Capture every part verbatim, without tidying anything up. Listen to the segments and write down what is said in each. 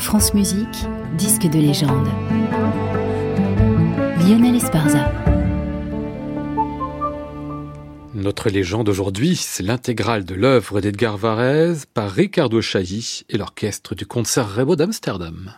France Musique, disque de légende. Lionel Esparza. Notre légende aujourd'hui, c'est l'intégrale de l'œuvre d'Edgar Varèse par Riccardo Chailly et l'orchestre du Concertgebouw d'Amsterdam.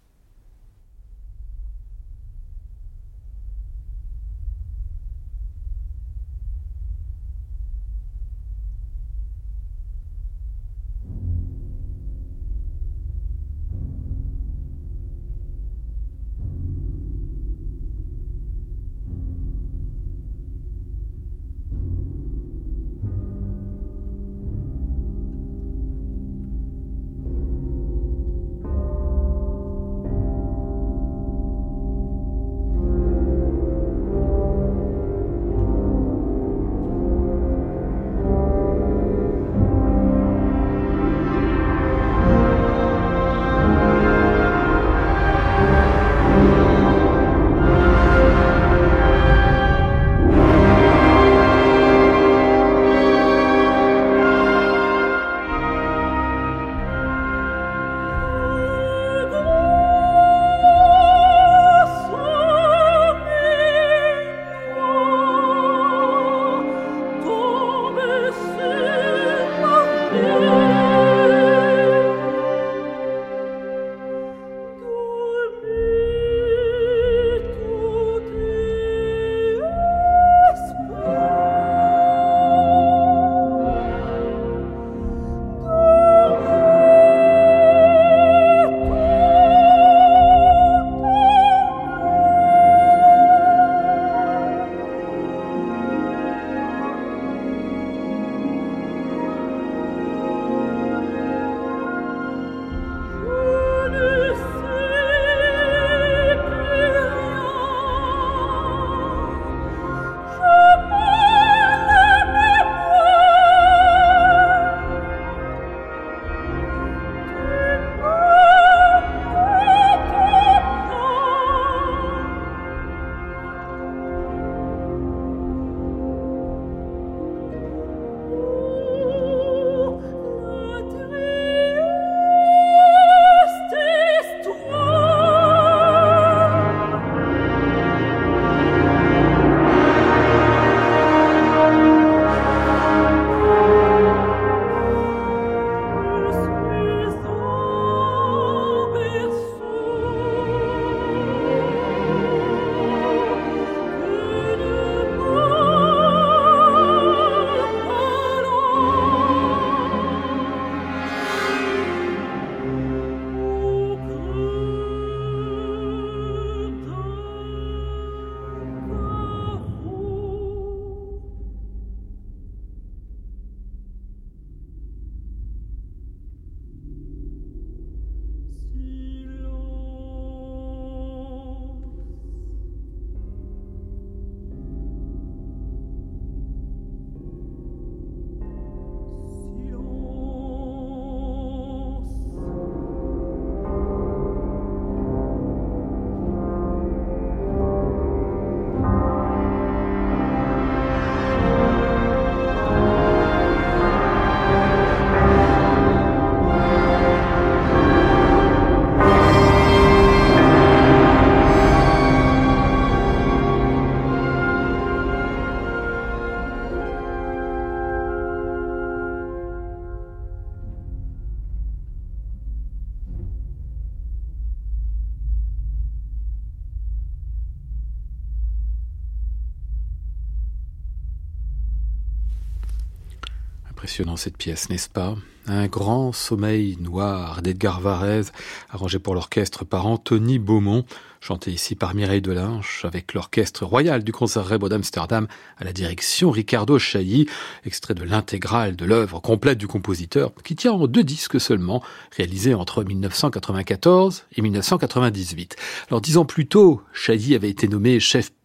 Impressionnant cette pièce, n'est-ce pas ? Un grand sommeil noir d'Edgar Varèse, arrangé pour l'orchestre par Anthony Beaumont, chanté ici par Mireille Delinche, avec l'orchestre royal du Concertgebouw d'Amsterdam à la direction Riccardo Chailly, extrait de l'intégrale de l'œuvre complète du compositeur, qui tient en deux disques seulement, réalisés entre dix-neuf cent quatre-vingt-quatorze et dix-neuf cent quatre-vingt-dix-huit. Alors dix ans plus tôt, Chailly avait été nommé chef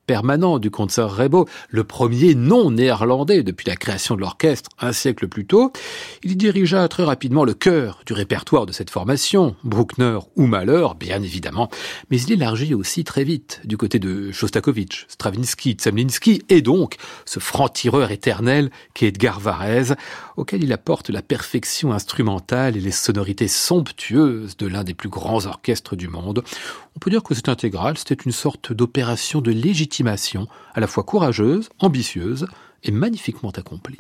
permanent du Concertgebouw, le premier non néerlandais depuis la création de l'orchestre un siècle plus tôt. Il y dirigea très rapidement le cœur du répertoire de cette formation, Bruckner ou Mahler, bien évidemment, mais il élargit aussi très vite du côté de Shostakovich, Stravinsky, Zemlinsky et donc ce franc-tireur éternel qu'est Edgar Varèse, auquel il apporte la perfection instrumentale et les sonorités somptueuses de l'un des plus grands orchestres du monde. On peut dire que cette intégrale, c'était une sorte d'opération de légitimation, à la fois courageuse, ambitieuse et magnifiquement accomplie.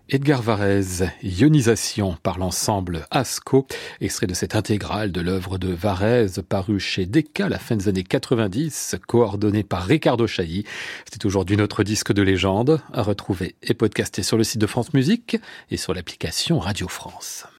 Edgar Varèse, Ionisation par l'ensemble Asco, extrait de cette intégrale de l'œuvre de Varèse paru chez Decca à la fin des années quatre-vingt-dix, coordonné par Ricardo Chailly. C'est aujourd'hui notre disque de légende, à retrouver et podcaster sur le site de France Musique et sur l'application Radio France.